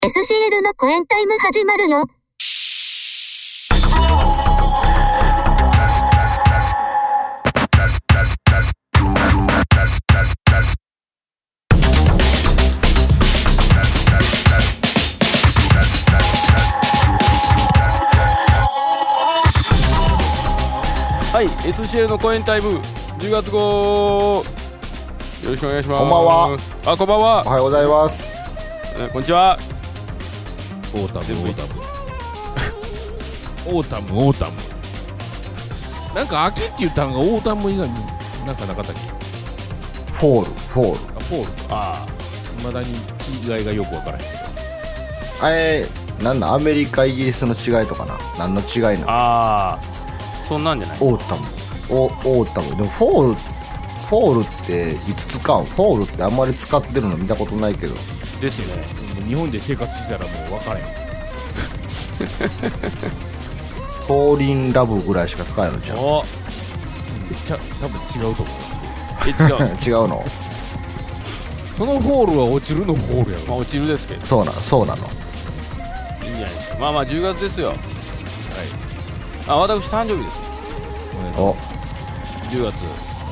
SCL のコエンタイム始まるよ。 はい、SCL のコエンタイム10月号よろしくお願いします。 こんばんは。 あ、こんばんは。 おはようございます。 こんにちは。 オータムなんか秋って言ったのがオータム以外になんかなかったっけ。 フォールフォールあ未だに違いがよくわからへんけど、 なんだアメリカイギリスの違いとかな、何の違いなの。 そんなんじゃない。 オータムオータムでもフォールっていつ使うの。フォールってあんまり使ってるの見たことないけど。 ですね。 日本で生活してたらもう分からへん。 フォーリンラブぐらいしか使えるのじゃん。 お多分違うと思う。 違う違うの。 そのフォールは落ちるのフォールやろ。 落ちるですけどそうなの。 いいんじゃないですか。まあ10月ですよ。 はい。 私誕生日です。 お 10月。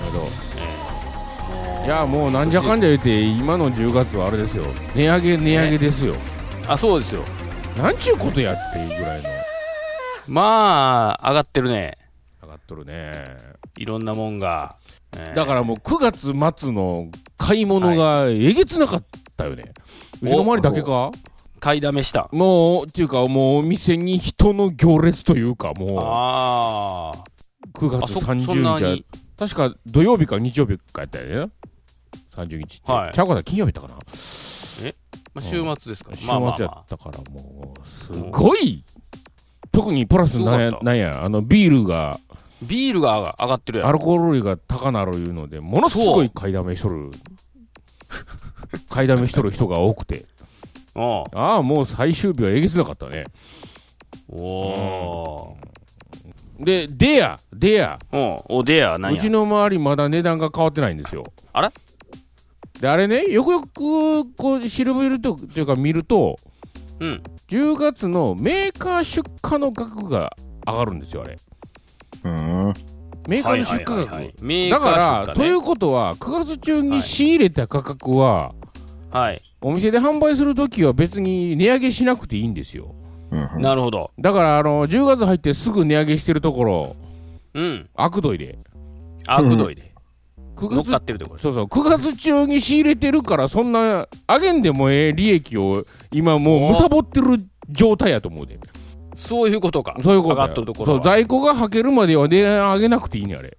いやもうなんじゃかんじゃ言って今の10月はあれですよ。値上げですよ。 そうですよ。 なんちゅうことやっていうぐらいのまあ上がってるね。 上がっとるね。 いろんなもんが、 だからもう9月末の買い物がえげつなかったよね。うちの周りだけか。 買いだめした。 もうっていうかもうお店に人の行列というか、もう9月30日は確か土曜日か日曜日かやったよね。30日って、 はい、 ちゃうかな、金曜日だったかな。 週末ですか。 週末やったからもうすごい、特にプラスなんやビールが上がってるやん。 アルコール類が高なるいうのでものすごい買いだめしとる人が多くて、もう最終日はえげつなかったね。で、デア何や。 うちの周りまだ値段が変わってないんですよ。 あれで、あれね、よくよくこう調べるというか見ると、10月のメーカー出荷の額が上がるんですよ、あれ。メーカーの出荷額。だから、ということは、9月中に仕入れた価格は、お店で販売するときは別に値上げしなくていいんですよ。 なるほど。 だから10月入ってすぐ値上げしてるところ、あくどいで乗っかってるってこと。 そう9月中に仕入れてるから、そんな上げんでも利益を今もうむさぼってる状態やと思うで。 そういうことか。 そういうこと。 上がっとるところは。 在庫がはけるまでは値上げなくていいね、あれ。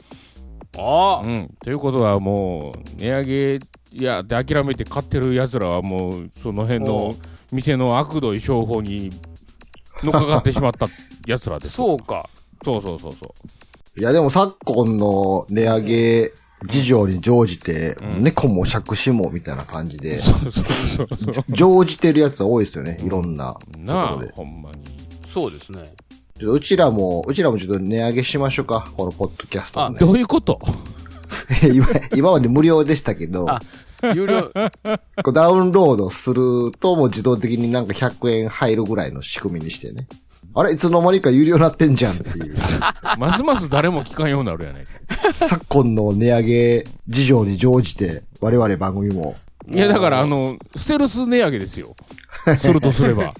ということはもう値上げで諦めて買ってるやつらはもうその辺の店の悪どい商法に乗っかかってしまったやつらです。 そうか。 そう。 いやでも昨今の値上げ事情に乗じて、猫も杓子もみたいな感じで乗じてるやつは多いですよね、いろんなところで。 ほんまにそうですね。 うちらもちょっと値上げしましょうか、このポッドキャスト、ね。 どういうこと今まで無料でしたけど、 有料ダウンロードするともう自動的になんか100円入るぐらいの仕組みにしてね。あれいつの間にか有料になってんじゃんっていう。 ますます誰も聞かんようになるやないか。 昨今の値上げ事情に乗じて我々番組も。 いやだからステルス値上げですよ。するとすれば。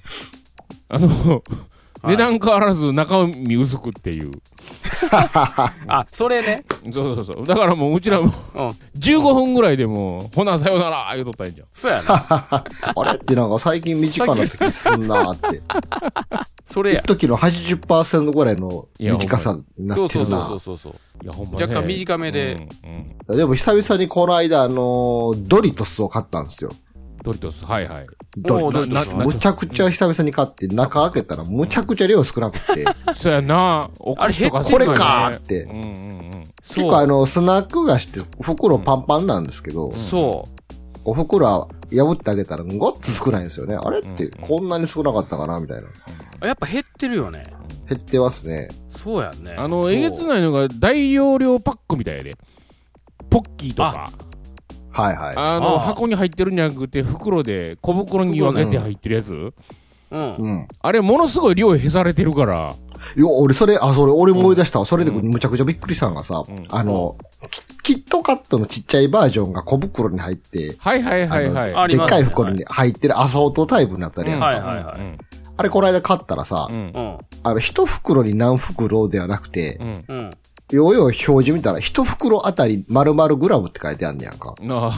値段変わらず中身薄くっていう。 それね。 そう。だからもううちらも15分ぐらいでもほなさよなら言うとったらいいんじゃん。 そうやな。 あれってなんか最近短な時すんなーって。 それや。 一時の 80% ぐらいの短さになってるな。 そう。 いやほんまね。 若干短めで。 でも久々にこの間ドリトスを買ったんですよ。 ドリトス、はい。 ドリトスむちゃくちゃ久々に買って中開けたらむちゃくちゃ量少なくて。 そうやな。 あれこれかーって。結構スナック菓子って袋パンパンなんですけど。お袋は破ってあげたらごっつ少ないんですよね。あれってこんなに少なかったかなみたいな。 やっぱ減ってるよね。 減ってますね。 そうやんね。 えげつないのが大容量パックみたいやで。ポッキーとか。 はいはい。 箱に入ってるんじゃなくて、袋で小袋に分けて入ってるやつ。 うん。 あれ、ものすごい量へされてるから。 いや、俺思い出したわ。それでむちゃくちゃびっくりしたのがさ、キットカットのちっちゃいバージョンが小袋に入って、 はいはいはいはい。 でっかい袋に入ってるアソートタイプのやつあるやんか。 はいはいはい。 あれこの間買ったらさ、一袋に何袋ではなくて、ようよう表示見たら一袋あたり丸々グラムって書いてあんねやんか。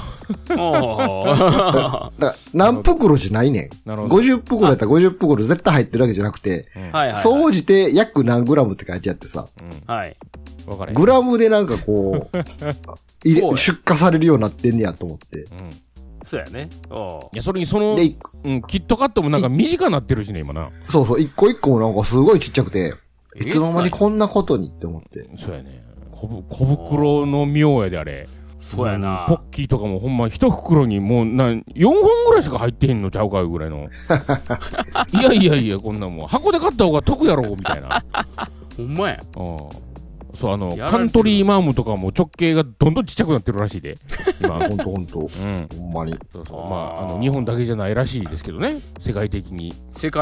だ何袋じゃないねん。50袋やったら50袋絶対入ってるわけじゃなくて、総じて約何グラムって書いてあってさ、グラムでなんかこう、出荷されるようになってんねやと思って。 そうやね。 いや、それにキットカットもなんか短くなってるしね、今な。 そうそう、一個一個もなんかすごいちっちゃくて、いつの間にこんなことにって思って。 そうやね。小袋の妙やであれ。 そうやな。 ポッキーとかもほんま一袋にもう4本ぐらいしか入ってへんのちゃうかぐらいの。いや、こんなもん。箱で買った方が得やろ、みたいな。 ほんまや。 そう、カントリーマームとかも直径がどんどんちっちゃくなってるらしいで。 今、ほんと。ほんまに。 そうそう。まあ、日本だけじゃないらしいですけどね。世界的に。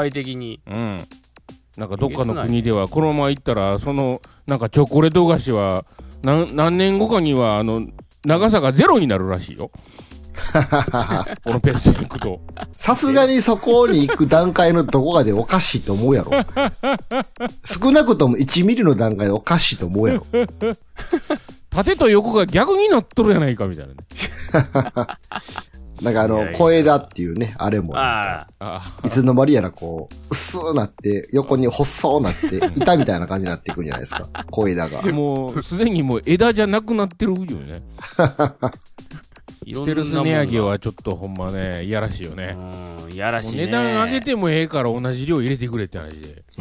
なんかどっかの国ではこのまま行ったらなんかチョコレート菓子は何年後かには長さがゼロになるらしいよ。このペースで行くと。 さすがにそこに行く段階のどこかでおかしいと思うやろ。少なくとも1ミリの段階でおかしいと思うやろ。 縦と横が逆になっとるやないかみたいなね。 なんか小枝っていうね、あれもいつの間にやらこう、薄ーなって、横に細なって、板みたいな感じになっていくんじゃないですか。小枝が。 もう、すでにもう枝じゃなくなってるよね。ステルス値上げはちょっとほんまね、いやらしいよね。 いやらしいね。 値段上げてもええから同じ量入れてくれって話で。 そう。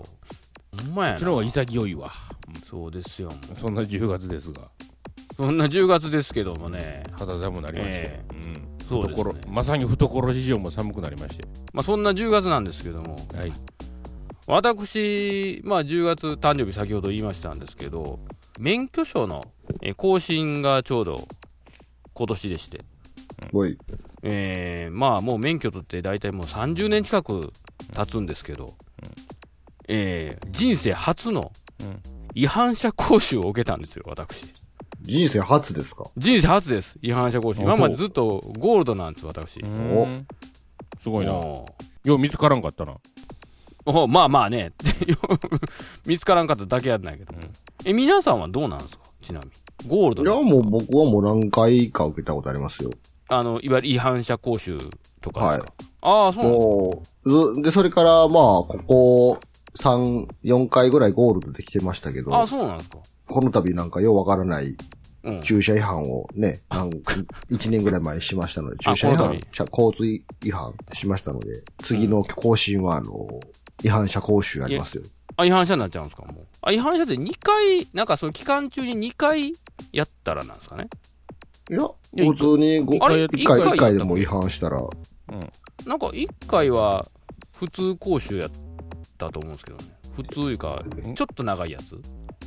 ほんまやな。 そっちの方が潔いわ。 そうですよ。 そんな10月ですが。 そんな10月ですけどもね。 肌寒なりまして。 そうですね。 まさに懐事情も寒くなりまして。 まあそんな10月なんですけども。はい。私、まあ10月誕生日先ほど言いましたんですけど、免許証の更新がちょうど今年でして。まあもう免許取って大体もう30年近く経つんですけど、人生初の違反者講習を受けたんですよ、私。 人生初ですか？ 人生初です。違反者講習。今までずっとゴールドなんです、私。 すごいな。よう見つからんかったな。 まあまあね。見つからんかっただけやんないけど。皆さんはどうなんですか？ちなみに。ゴールドなんですか？ いや、もう僕はもう何回か受けたことありますよ。 いわゆる違反者講習とかですか？ はい。そうなんですか。で、それから、まあ、ここ3、4回ぐらいゴールドで来てましたけど。 そうなんですか。 この度なんかようわからない駐車違反をね、1年ぐらい前にしましたので、駐車違反、交通違反しましたので、次の更新は違反者講習ありますよ。 違反者になっちゃうんですか？もう。違反者って2回、なんかその期間中に2回やったらなんですかね？ いや、普通に1回でも違反したら。 なんか1回は普通講習やったと思うんですけどね。普通いうか、ちょっと長いやつ。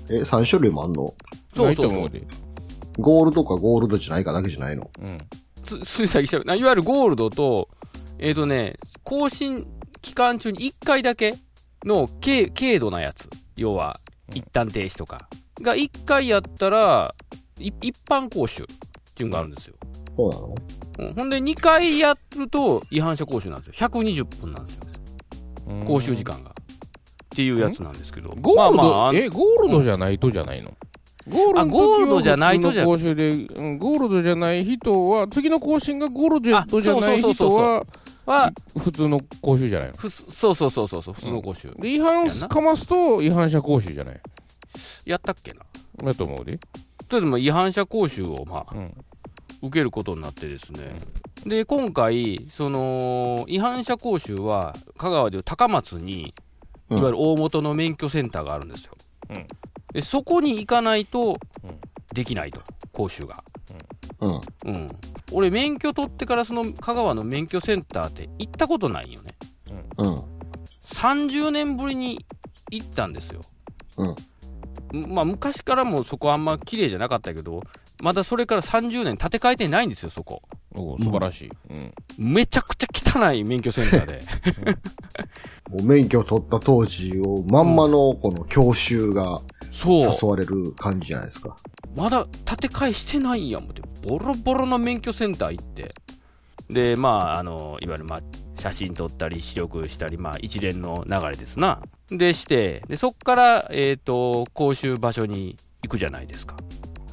3種類もあんの？ そう。 ゴールドかゴールドじゃないかだけじゃないの？ つい最近いわゆるゴールドと、更新期間中に1回だけの軽度なやつ。要は、一旦停止とか。が1回やったら、一般講習っていうのがあるんですよ。 そうなの？ ほんで2回やると違反者講習なんですよ。120分なんですよ。講習時間が。っていうやつなんですけど。 ゴールド、ゴールドじゃないとじゃないの？ ゴールドじゃないとじゃない。 講習で、ゴールドじゃない人は、次の更新がゴールドじゃない人は、普通の講習じゃないの？ そう、普通の講習。 違反かますと違反者講習じゃない？ やったっけな？ だと思うで。 とりあえず違反者講習を受けることになってですね。で、今回、その、違反者講習は、香川でいう高松に、いわゆる大元の免許センターがあるんですよ。でそこに行かないとできないと、講習が。俺免許取ってからその香川の免許センターって行ったことないよね。30年ぶりに行ったんですよ。まあ昔からもそこあんま綺麗じゃなかったけど、 まだそれから30年建て替えてないんですよ、そこ。 素晴らしい。 めちゃくちゃ汚い免許センターで。 もう免許を取った当時をまんまのこの教習が誘われる感じじゃないですか。 まだ建て替えしてないんやもんって、ボロボロの免許センター行って。で、まあ、いわゆる、まあ、写真撮ったり、視力したり、まあ、一連の流れですな。で、して、で、そっから、講習場所に行くじゃないですか。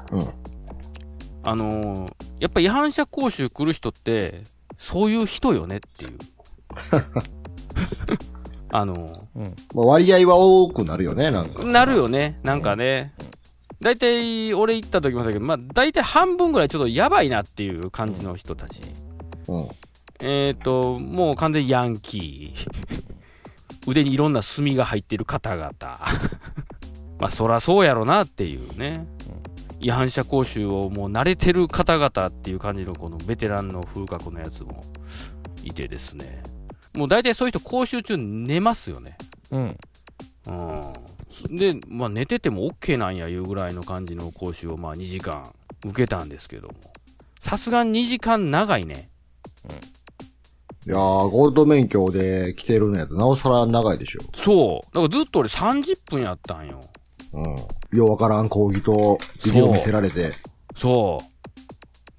やっぱ違反者講習来る人って、そういう人よねっていう。 まあ、割合は多くなるよね、なんか。 なるよね、なんかね。だいたい、俺行った時もそうだけど、まあ、だいたい半分ぐらいちょっとやばいなっていう感じの人たち。もう完全にヤンキー。腕にいろんな墨が入ってる方々。まあ、そらそうやろなっていうね。違反者講習をもう慣れてる方々っていう感じのこのベテランの風格のやつもいてですね。もう大体そういう人講習中寝ますよね。で、まあ寝てても OK なんやいうぐらいの感じの講習をまあ2時間受けたんですけども。さすがに2時間長いね。 いやー、ゴールド免許で来てるのやとなおさら長いでしょ。 そう。だからずっと俺30分やったんよ。 ようわからん講義とビデオ見せられて。 そう。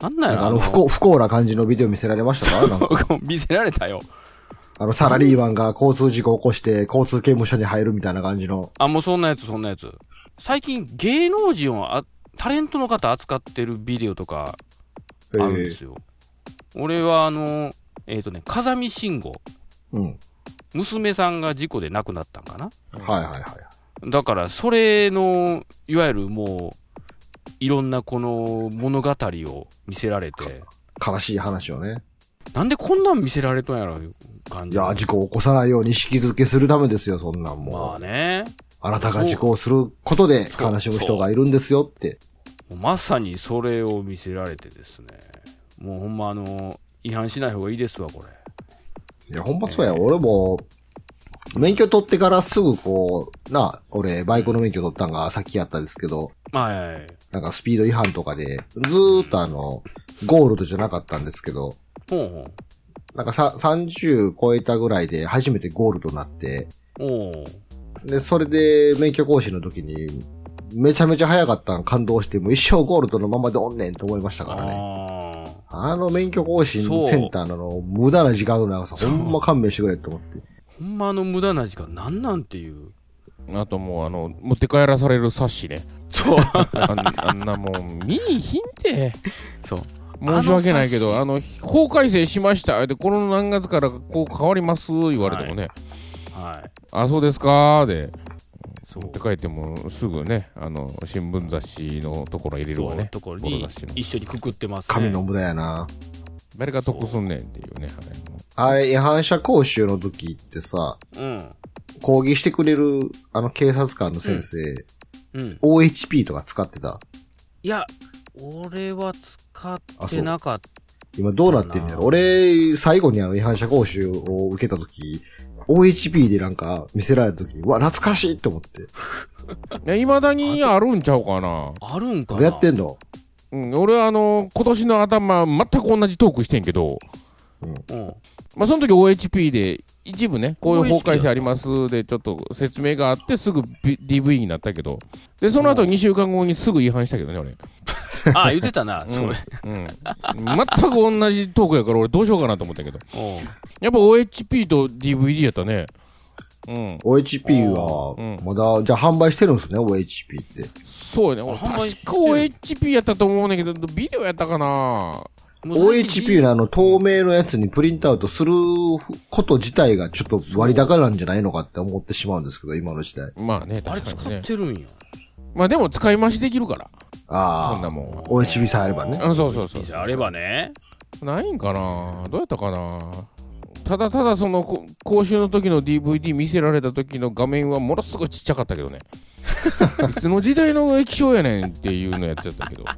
なんなんやろ。 不幸な感じのビデオ見せられましたか？なんか見せられたよ。 サラリーマンが交通事故起こして交通刑務所に入るみたいな感じの。 もうそんなやつ。最近芸能人をタレントの方扱ってるビデオとかあるんですよ。俺は風見慎吾。娘さんが事故で亡くなったんかな。だからそれのいわゆるもういろんなこの物語を見せられて、 悲しい話をね。 なんでこんなん見せられとんやろいう感じ。 いや、事故を起こさないように意識づけするためですよ、そんなんもう。 まあね。 あなたが事故をすることで悲しむ人がいるんですよって。 まさにそれを見せられてですね。もうほんま違反しない方がいいですわ、これ。 いや、ほんまそうや。俺も、免許取ってからすぐ俺、バイクの免許取ったんが先やったんですけど、なんかスピード違反とかで、ずーっとゴールドじゃなかったんですけど、なんか30超えたぐらいで初めてゴールドになって、で、それで免許更新の時に、めちゃめちゃ早かったん感動して、もう一生ゴールドのままでおんねんと思いましたからね。免許更新センターの無駄な時間の長さ、ほんま勘弁してくれって思って。 ほんま無駄な時間なんていう。 あともう持って帰らされる冊子ね。 そう。 あんなもう見にひんて。 そう。 申し訳ないけど、法改正しました。で、この何月からこう変わります言われてもね。そうですかで。持って帰ってもすぐね、新聞雑誌のところ入れるわね。 ところに一緒にくくってますね。 紙の無駄やな。 誰が得すんねんっていうね。 あれ、違反者講習の時ってさ、講義してくれる警察官の先生、OHP とか使ってた？ いや、俺は使ってなかった。 今どうなってんのやろ？俺、最後に違反者講習を受けた時、OHP でなんか見せられた時に、うわ、懐かしいって思って。 未だにあるんちゃうかな？ あるんかな？ やってんの？ 俺は今年の頭、全く同じトークしてんけど、まあその時 OHP で一部ね、こういう法改正ありますでちょっと説明があってすぐ DV になったけど、で、その後2週間後にすぐ違反したけどね、俺。 言ってたな、それ。 全く同じトークやから俺どうしようかなと思ったけど。やっぱ OHP と DVD やったね。 OHP は、まだ、じゃあ販売してるんですね、OHP って。 そうよね。確か OHP やったと思うんだけど、ビデオやったかな。 OHP の透明のやつにプリントアウトすること自体がちょっと割高なんじゃないのかって思ってしまうんですけど、今の時代。 まあね、確かにね。 あれ使ってるんや。 まあでも使い回しできるから。 そんなもん。 OHP さえあればね。 そう。 あればね。 ないんかな。どうやったかな。ただその講習の時の DVD 見せられた時の画面はものすごいちっちゃかったけどね。いつの時代の液晶やねんっていうのやっちゃったけど。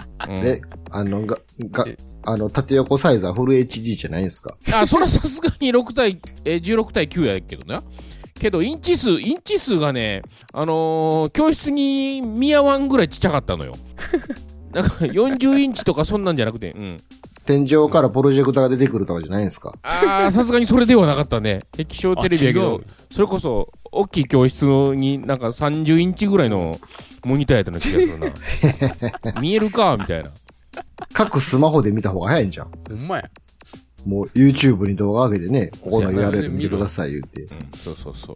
縦横サイズはフル HD じゃないんですか？ それはさすがに16対9やけどな。けどインチ数がね、教室に見合わんぐらいちっちゃかったのよ。 なんか40インチとかそんなんじゃなくて、 天井からプロジェクターが出てくるとかじゃないんですか？ さすがにそれではなかったね。液晶テレビやけど、それこそ、大きい教室になんか30インチぐらいのモニターやったの気がするな。見えるかみたいな。 各スマホで見た方が早いんじゃん。 ほんまや。 もう YouTube に動画上げてね、ここの URL 見てください言って。 そうそうそう。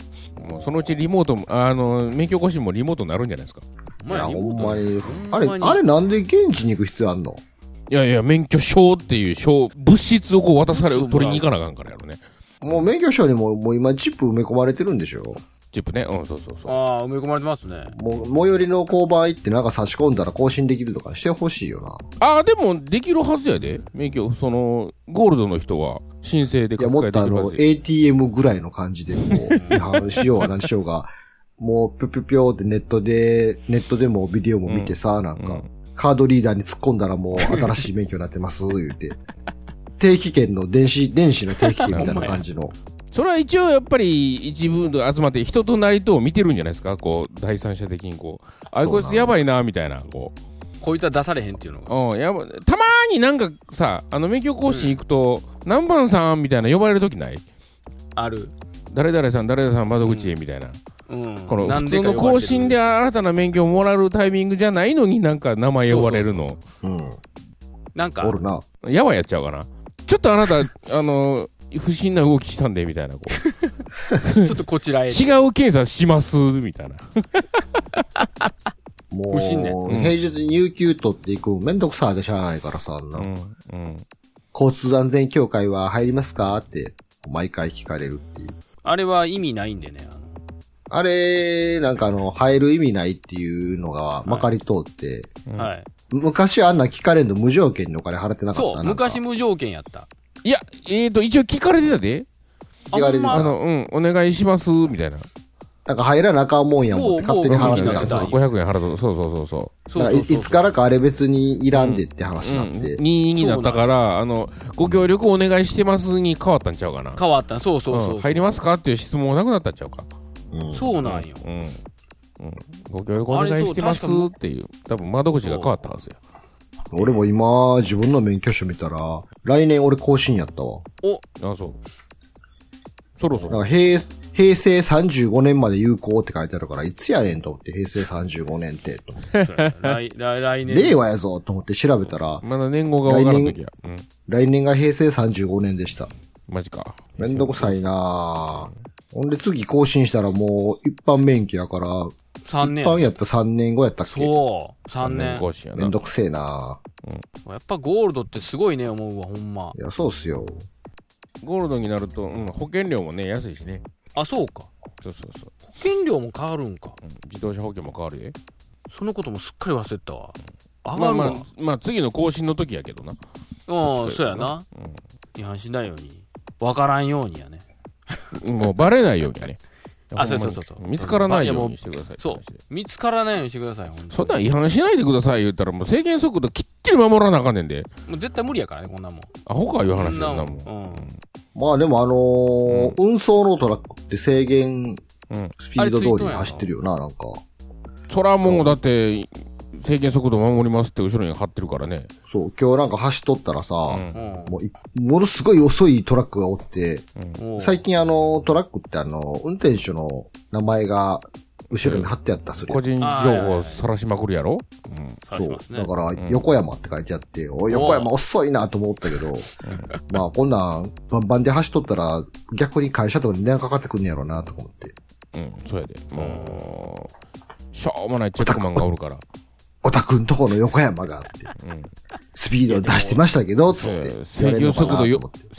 もうそのうちリモート、免許更新もリモートになるんじゃないですか。 いや、ほんまに。あれなんで現地に行く必要あんの？ いやいや、免許証っていう物質をこう渡される、取りに行かなあかんからやろね。 もう免許証にもう今チップ埋め込まれてるんでしょ？ チップね。そうそうそう。 ああ、埋め込まれてますね。 もう、最寄りの交番行ってなんか差し込んだら更新できるとかしてほしいよな。 でも、できるはずやで。免許、ゴールドの人は申請で書き換えできるはず。いや、もっと ATM ぐらいの感じで、こう、違反しようが何しようが、もう、ぴょぴょぴょってネットでもビデオも見てさ、なんか、カードリーダーに突っ込んだらもう新しい免許になってます、言うて。定期券の電子の定期券みたいな感じの。 それは一応やっぱり一部で集まって人となりとを見てるんじゃないですか、こう、第三者的にこう。こいつやばいな、みたいな、こう。 こいつは出されへんっていうのが。 たまーになんかさ、免許更新行くと、何番さんみたいな呼ばれるときない？ ある。 誰々さん窓口へみたいな。この普通の更新で新たな免許をもらうタイミングじゃないのになんか名前呼ばれるの。 なんか。 おるな。 やばいやっちゃうかな。ちょっとあなた、不審な動きしたんで、みたいな。こうちょっとこちらへ。 違う検査します、みたいな。 もう、平日に有給取っていくめんどくさいでしゃあないからさ、交通安全協会は入りますかって、毎回聞かれるっていう。 あれは意味ないんでね。 あれ、なんか入る意味ないっていうのがまかり通って、 はい。 昔あんな聞かれんの無条件にお金払ってなかった。 そう、昔無条件やった。 いや、一応聞かれてたで。 聞かれてた。 お願いします、みたいな。 なんか入らなあかんもんやもんって勝手に払ってた。 500円払うと、そう。 いつからかあれ別にいらんでって話になって。 2になったから、ご協力お願いしてますに変わったんちゃうかな。 変わった、そう。 入りますかっていう質問なくなったんちゃうか。 そうなんよ。 ご協力お願いしてますっていう、多分窓口が変わったはずや。 俺も今、自分の免許証見たら、来年俺更新やったわ。 そう。そろそろ。 なんか平成35年まで有効って書いてあるから、いつやねんと思って、平成35年って。 来年。 令和やぞと思って調べたら、 まだ年号がわからんときや。 来年が平成35年でした。 マジか。 めんどくさいなぁ。ほんで次更新したらもう一般免許やから、 3年。 一般やったら3年後やったっけ？ そう。3年。 更新やな。 めんどくせえなぁ。やっぱゴールドってすごいね、思うわ、ほんま。 いや、そうっすよ。 ゴールドになると、保険料もね、安いしね。 そうか。 そう。 保険料も変わるんか。 自動車保険も変わるで。 そのこともすっかり忘れたわ。上がるわ。 まあ次の更新の時やけどな。 そうやな。違反しないように。わからんようにやね。 もうバレないようにやね。 そう。 見つからないようにしてください。 そう。見つからないようにしてください、ほんと。 そんなん違反しないでください言ったらもう制限速度きっちり守らなあかんねんで。 もう絶対無理やからね、こんなもん。 アホかいう話だな、もん。 まあでも運送のトラックって制限スピード通りに走ってるよな、なんか。 そらもうだって、制限速度守りますって後ろに貼ってるからね。 そう、今日なんか走っとったらさ、ものすごい遅いトラックがおって、最近トラックって運転手の名前が後ろに貼ってあったりする。 個人情報さらしまくるやろ？ そう。だから、横山って書いてあって、横山遅いなと思ったけど、まあこんなんバンバンで走っとったら逆に会社とかに電話かかってくんねやろうなと思って。 そうやで。もう、しょうもないチェックマンがおるから。 おたくんとこの横山があって、スピード出してましたけど、つって。 制限速度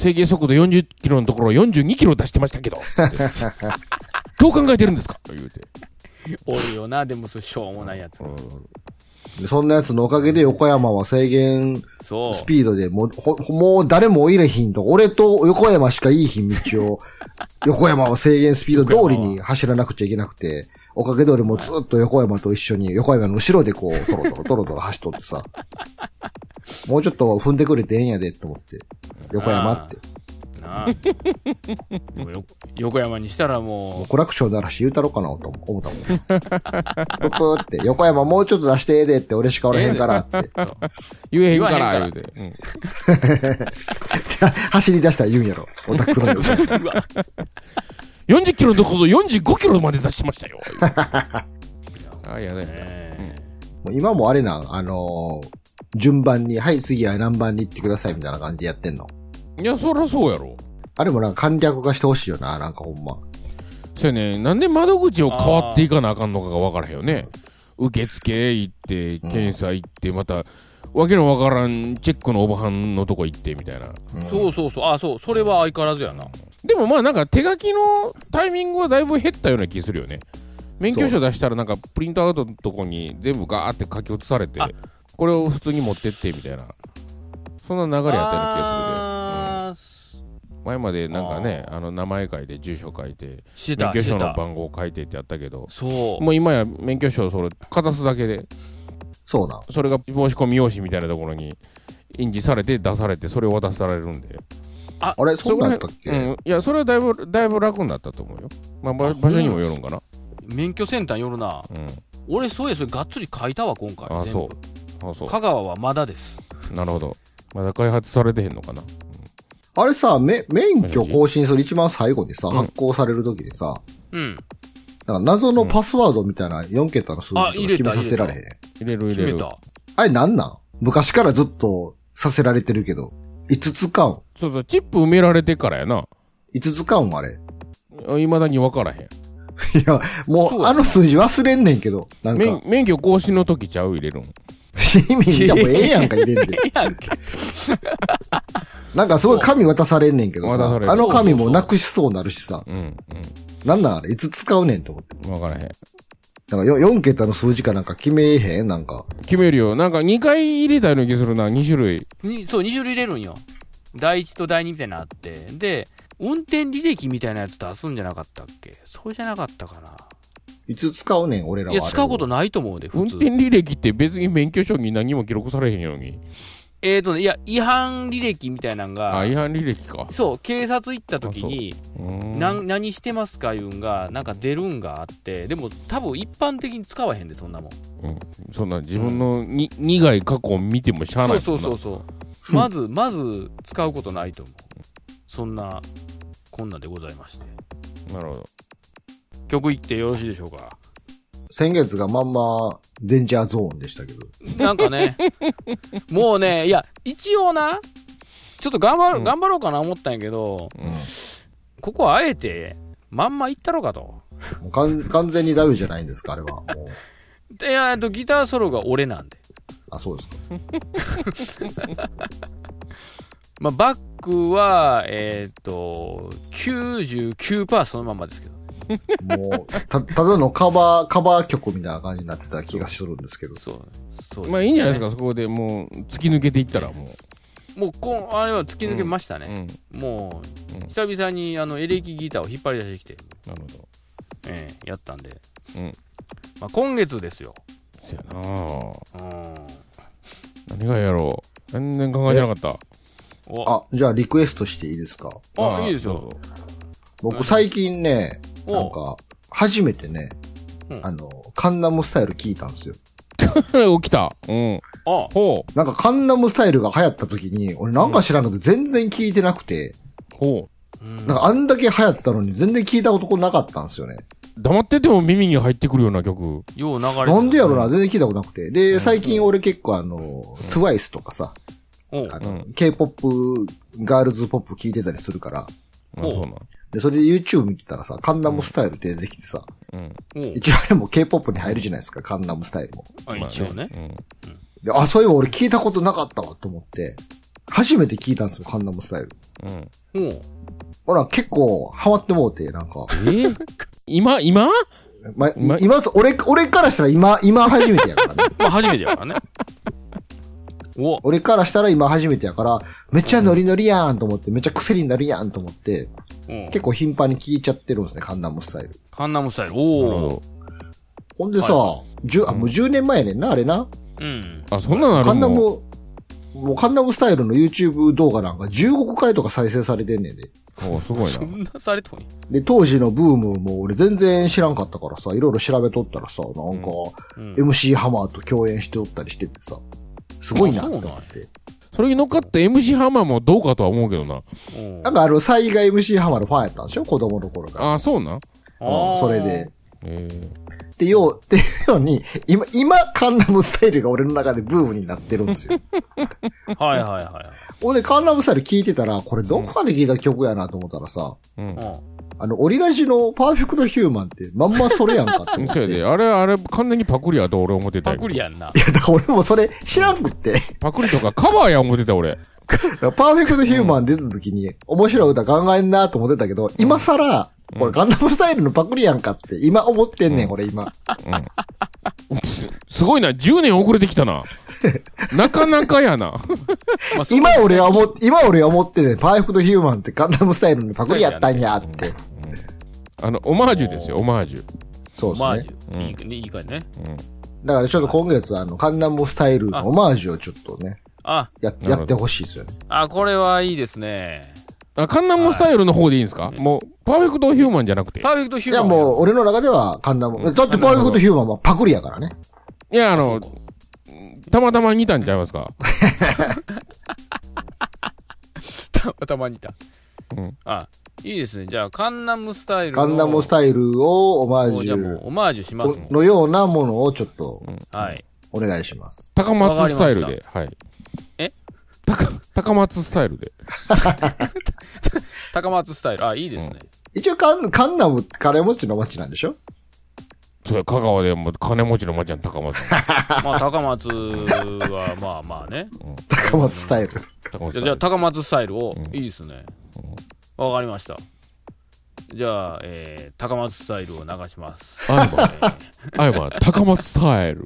40キロのところ42キロ出してましたけど。どう考えてるんですかと言うて。 おるよな、でもしょうもないやつ。 そんなやつのおかげで横山は制限スピードでもう誰もいれひんと、俺と横山しかいいひん道を、横山は制限スピード通りに走らなくちゃいけなくて、おかげで俺もずっと横山と一緒に、横山の後ろでこう、トロトロ走っとってさ、もうちょっと踏んでくれてええんやで、と思って。横山って。 でも横山にしたらもう。 コラクションならし言うたろかなと思ったもん。プーって、横山もうちょっと出してでって俺しかおれへんからって。 言えへんから言うて。 走り出したら言うんやろ。オタクのよ。 40キロのところ45キロまで出しましたよ。あ、やだよね。 今もあれな、順番に、はい、次は何番に行ってくださいみたいな感じでやってんの。 いや、そりゃそうやろ。 あれもなんか簡略化してほしいよな、なんかほんま。 そうやね。なんで窓口を変わっていかなあかんのかが分からへんよね。受付行って、検査行って、また、わけのわからんチェックのおばはんのとこ行ってみたいな。 そうそうそう。あ、そう。それは相変わらずやな。 でもまあなんか手書きのタイミングはだいぶ減ったような気するよね。免許証出したらなんかプリントアウトのとこに全部ガーって書き写されて、これを普通に持ってってみたいな。そんな流れやったような気がするで。前までなんかね、名前書いて住所書いて、免許証の番号書いてってやったけど、 そう。 もう今や免許証それかざすだけで、 そうな。 それが申し込み用紙みたいなところに印字されて出されて、それを渡されるんで。 あれそんなんやったっけ？ いや、それはだいぶ楽になったと思うよ。まあ、場所にもよるんかな。 免許センターによるな。俺、それがっつり書いたわ、今回。 そう。 香川はまだです。 なるほど。まだ開発されてへんのかな。 あれさ、免許更新する一番最後にさ、発行されるときにさ、なんか謎のパスワードみたいな4桁の数字とか決めさせられへん。 入れる。 あれなんなん？昔からずっとさせられてるけど。5つ買うん。 そう、チップ埋められてからやな。 5つ買うんあれ。 未だに分からへん。 いや、もう、あの数字忘れんねんけど。なんか。 免許更新の時ちゃう入れるん。 意味じゃもうええやんか入れんで。なんかすごい紙渡されんねんけどさ。あの紙もなくしそうなるしさ。なんなんあれ、いつ使うねんと思って。 分からへん。 なんか4桁の数字かなんか決めへんなんか。 決めるよ。なんか2回入れたような気するな、2種類。 そう、2種類入れるんよ。第1と第2みたいなのあって。で、運転履歴みたいなやつ出すんじゃなかったっけ？そうじゃなかったかな。 いつ使うねん、俺らは。 いや、使うことないと思うで、 普通。運転履歴って別に免許証に何も記録されへんように。 いや、違反履歴みたいなのが。 違反履歴か。 そう、警察行った時に、何してますかいうんが、なんか出るんがあって、でも多分一般的に使わへんで、そんなもん。 そんな自分の苦い過去を見てもしゃあないもんな。 そう。まず使うことないと思う。そんな、こんなでございまして。 なるほど。 曲いってよろしいでしょうか。 先月がまんまデンジャーゾーンでしたけど。 なんかね、もうね、いや、一応な、ちょっと頑張ろうかな思ったんやけど、ここはあえて、まんま行ったろかと。 もう完全にダメじゃないんですか、あれは。もういや、ギターソロが俺なんで。 あ、そうですか。 まあ、バックは、99% そのままですけど。 もう、ただのカバー曲みたいな感じになってた気がするんですけど。 そう。 まあいいんじゃないですか、そこでもう、突き抜けていったらもう、あれは突き抜けましたね。もう、久々にエレキギターを引っ張り出してきて。 なるほど。 やったんで。まあ今月ですよ。 そやな何がやろう。全然考えてなかった。 じゃあリクエストしていいですか？ いいですよ。 僕最近ね、なんか、初めてね、カンナムスタイル聞いたんですよ。 起きた。ほう。なんかカンナムスタイルが流行った時に、俺なんか知らんけど全然聞いてなくて。 ほう。なんかあんだけ流行ったのに全然聞いたことなかったんですよね。 黙ってても耳に入ってくるような曲。 よう流れてる。 なんでやろな、全然聞いたことなくて。で、最近俺結構TWICE とかさ、K-POP、ガールズポップ聞いてたりするから。 そうなん。 で、それで YouTube 見てたらさ、カンナムスタイルって出てきてさ、一応あれも K-POP に入るじゃないですか、カンナムスタイルも。 一応ね。 で、そういえば俺聞いたことなかったわと思って、初めて聞いたんですよ、カンナムスタイル。ほら、結構ハマってもうて、なんか。 今俺からしたら今初めてやからね。 まあ初めてやからね。 俺からしたら今初めてやから、めっちゃノリノリやんと思って、めっちゃ癖になるやんと思って、結構頻繁に聞いちゃってるんですね、カンナムスタイル。 カンナムスタイル、ほんでさ、もう10年前やねんな、あれな。 あ、そんなのあるの？ カンナム、 もうカンナムスタイルの YouTube 動画なんか15億回とか再生されてんねんで。 おすごいな。 そんなされとんや。 で、当時のブームも俺全然知らんかったからさ、いろいろ調べとったらさ、なんか、MC ハマーと共演しておったりしててさ、すごいなって思って。 それに乗っかって MC ハマーもどうかとは思うけどな。 なんか災害 MC ハマーのファンやったんでしょ子供の頃から。 あ、そうなん？ それで。ってように、今、カンナムスタイルが俺の中でブームになってるんですよ。 はいはいはい。 俺、カンナムスタイル聞いてたら、これどこかで聞いた曲やなと思ったらさ、オリラジのパーフェクトヒューマンってまんまそれやんかって思って。 そうやで。あれ、完全にパクリやと俺思ってたよ。 パクリやんな。 いや、だから俺もそれ知らんくって。 パクリとかカバーや思ってた俺。 パーフェクトヒューマン出た時に、面白い歌考えんなと思ってたけど、今更、これガンダムスタイルのパクリやんかって今思ってんねん、俺今。 すごいな、10年遅れてきたな。なかなかやな。 今俺は思ってね、パーフェクトヒューマンってガンダムスタイルのパクリやったんやって。 オマージュですよ、オマージュ。 そうですね。 オマージュ。いいかね。 だからちょっと今月ガンダムスタイルのオマージュをちょっとね、やってほしいですよね。 これはいいですね。 カンナムスタイルの方でいいんですか？もう、パーフェクトヒューマンじゃなくて。 パーフェクトヒューマン。 いやもう、俺の中ではカンナム。だってパーフェクトヒューマンはパクリやからね。 いや、たまたま似たんちゃいますか？ たまたま似た。いいですね。じゃあ、カンナムスタイルカンナムスタイルをオマージュ。 じゃあもう、オマージュしますもん。 のようなものをちょっと、 はい。 お願いします。 高松スタイルで。はい。高松スタイルで。 高松スタイル。いいですね。 一応カンナム金持ちの町なんでしょ？ そうや、香川でも金持ちの町やん、高松。 高松はまあね。 高松スタイル。 じゃあ、高松スタイルを、いいですね。わかりました。じゃあ、高松スタイルを流します。 あいば、高松スタイル。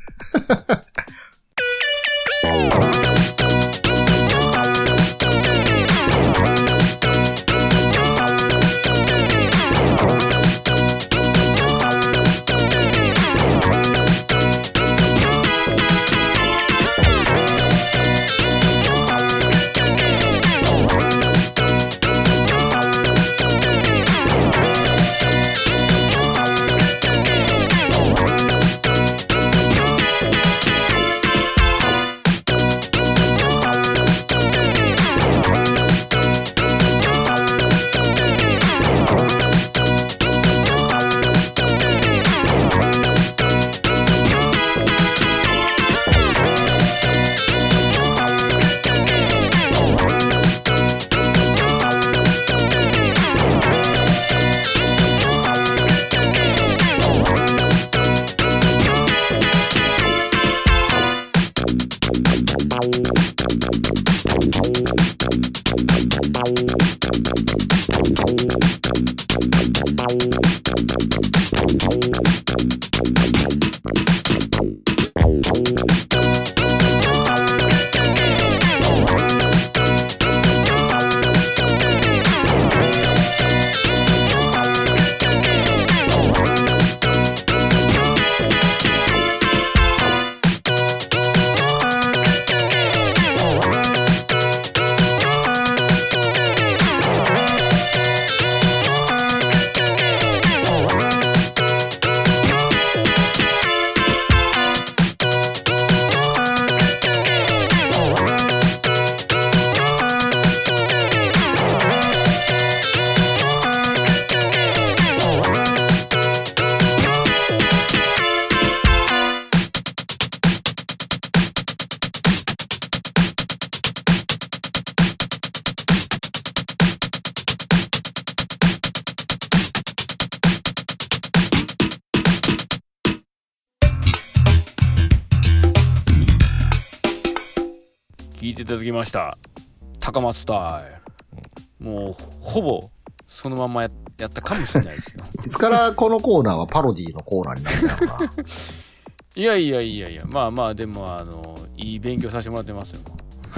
聞いていただきました。高松スタイル。もう、ほぼ、そのままやったかもしれないですけど。 いつからこのコーナーはパロディのコーナーになったのかな。 いや。まあまあ、でも、いい勉強させてもらってますよ。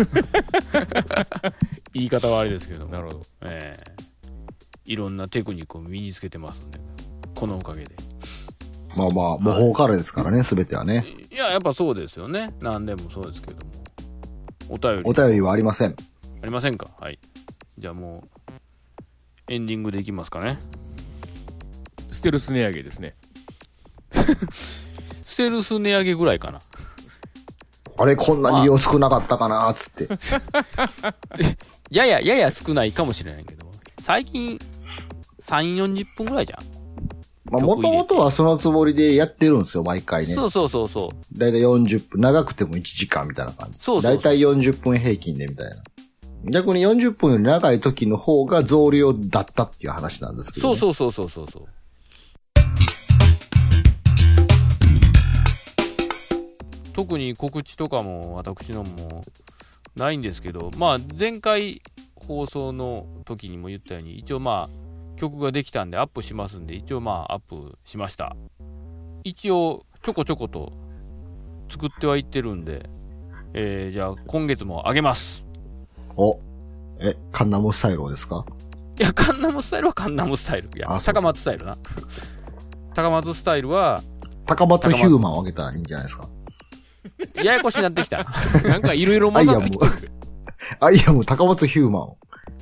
言い方はあれですけど。 なるほど。 いろんなテクニックを身につけてますんで、このおかげで。 まあまあ、模倣からですからね、すべてはね。 いや、やっぱそうですよね。何でもそうですけども。 お便りはありません。 ありませんか。はい。じゃあもうエンディングでいきますかね。 ステルス値上げですね。 ステルス値上げぐらいかな。 あれこんなに量少なかったかなーっつってやや少ないかもしれないけど、最近3、40分ぐらいじゃん。 まあもともとはそのつもりでやってるんですよ、毎回ね。 そう。 だいたい40分、長くても1時間みたいな感じ。そう。だいたい40分平均でみたいな。逆に40分より長い時の方が増量だったっていう話なんですけど、ね。 そう。特に告知とかも私のもないんですけど、まあ前回放送の時にも言ったように、一応まあ曲ができたんでアップしますんで、一応まあアップしました。一応ちょこちょこと作ってはいってるんで、じゃあ今月もあげます。 カンナムスタイルですか？ いや、カンナムスタイルはカンナムスタイル。いや、高松スタイルな。高松スタイルは高松ヒューマンをあげたらいいんじゃないですか？ ややこしになってきた。 なんかいろいろ混ざってきてる。 アイアム高松ヒューマン。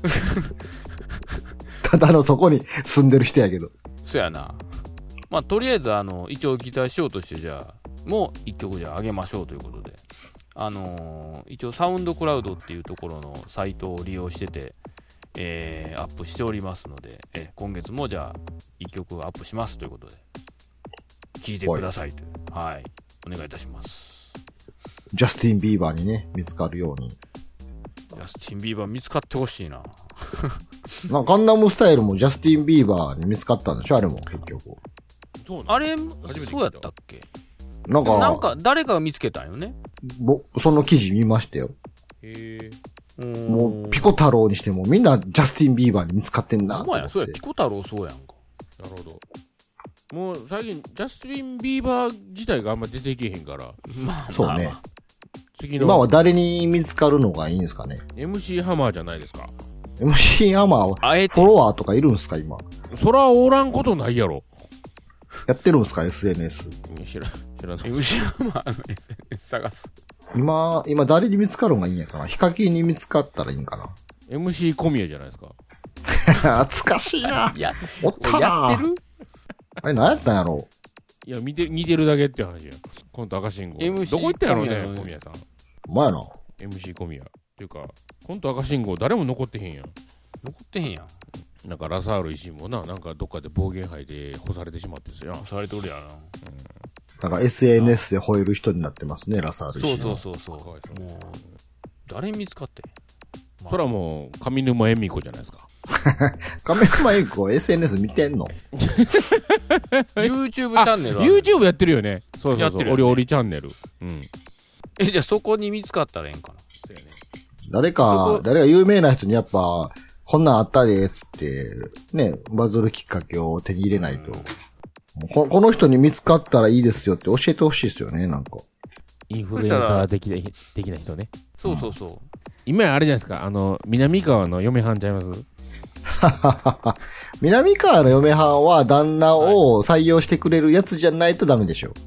ただのそこに住んでる人やけど。 そやな。まあとりあえず一応ギターショーとしてじゃあもう一曲じゃあげましょうということで、一応サウンドクラウドっていうところのサイトを利用してて、アップしておりますので、今月もじゃあ一曲アップしますということで聴いてくださいという、はい、お願いいたします。 ジャスティン・ビーバーにね、見つかるように。 ジャスティン・ビーバー見つかってほしいな。 ガンダムスタイルもジャスティン・ビーバーに見つかったんでしょ、あれも結局。 あれ、そうやったっけ？ なんか誰かが見つけたんよね。 その記事見ましたよ。もうピコ太郎にしてもみんなジャスティン・ビーバーに見つかってんな。 お前や、そうや、ピコ太郎そうやんか。 なるほど。もう最近ジャスティン・ビーバー自体があんま出てけへんから。 そうね。今は誰に見つかるのがいいんですかね。 MC ハマーじゃないですか。 MC ハマーフォロワーとかいるんすか今。 そらおらんことないやろ。 やってるんすか SNS。 知らない。 MC ハマーの SNS 探す。 今誰に見つかるのがいいんやかな。ヒカキンに見つかったらいいんかな。 MC 小宮じゃないですか。 懐かしいな。 いや、 おったな。 やってる？ あれ何やったんやろ。 いや、似てるだけって話や。コント赤信号。 MC どこ行ったやろうね、小宮さん。 お前な。 MC 小宮。っていうか、コント赤信号誰も残ってへんやん。 残ってへんやん。 なんかラサール石井もなんかどっかで暴言吐いて干されてしまってんすよ。 干されておるやな。 なんか SNS で吠える人になってますね、ラサール石井。 そう。もう、誰に見つかって。 そらもう、上沼恵美子じゃないですか。 上沼恵美子 SNS 見てんの ？YouTube チャンネル YouTube やってるよね。そう。 やってるよね。 お料理チャンネル。 じゃあそこに見つかったらええんかな。 誰か有名な人にやっぱ、こんなんあったで、つって、ね、バズるきっかけを手に入れないと。この人に見つかったらいいですよって教えてほしいですよね、なんか。 インフルエンサー的な人ね。 そう。 今あれじゃないですか、南川の嫁はんちゃいます？ 南川の嫁はんは旦那を採用してくれるやつじゃないとダメでしょ。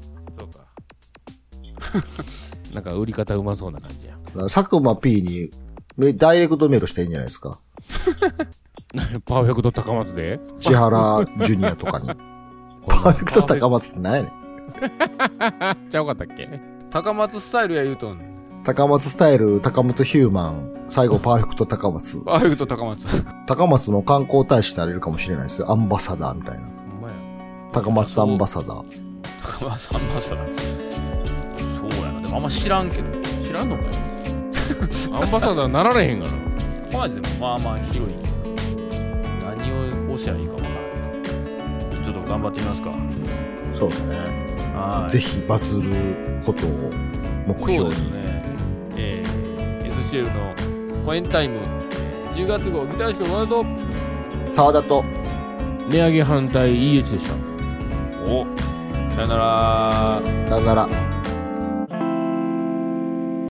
そうか。なんか売り方うまそうな感じや。 佐久間 P にダイレクトメールしていいんじゃないですか。 パーフェクト高松で千原ジュニアとかに。パーフェクト高松って何やねん。ちゃうかったっけ？ 高松スタイルや言うとん。 高松スタイル、高松ヒューマン、最後パーフェクト高松。 パーフェクト高松。 高松の観光大使になれるかもしれないですよ。アンバサダーみたいな。高松アンバサダー。 高松アンバサダー。そうやな。でもあんま知らんけど。 知らんのかよ。アンバサダーなられへんがな。 マジでもまあまあ広いけど。何を押しゃいいかわからないです。ちょっと頑張ってみますか。 そうですね。 はい。 ぜひバズることを目標に。 そうですね。SCL のコエンタイム10月号ギターシコワード沢田と値上げ反対 EH でした。 お、さよなら。 さよなら。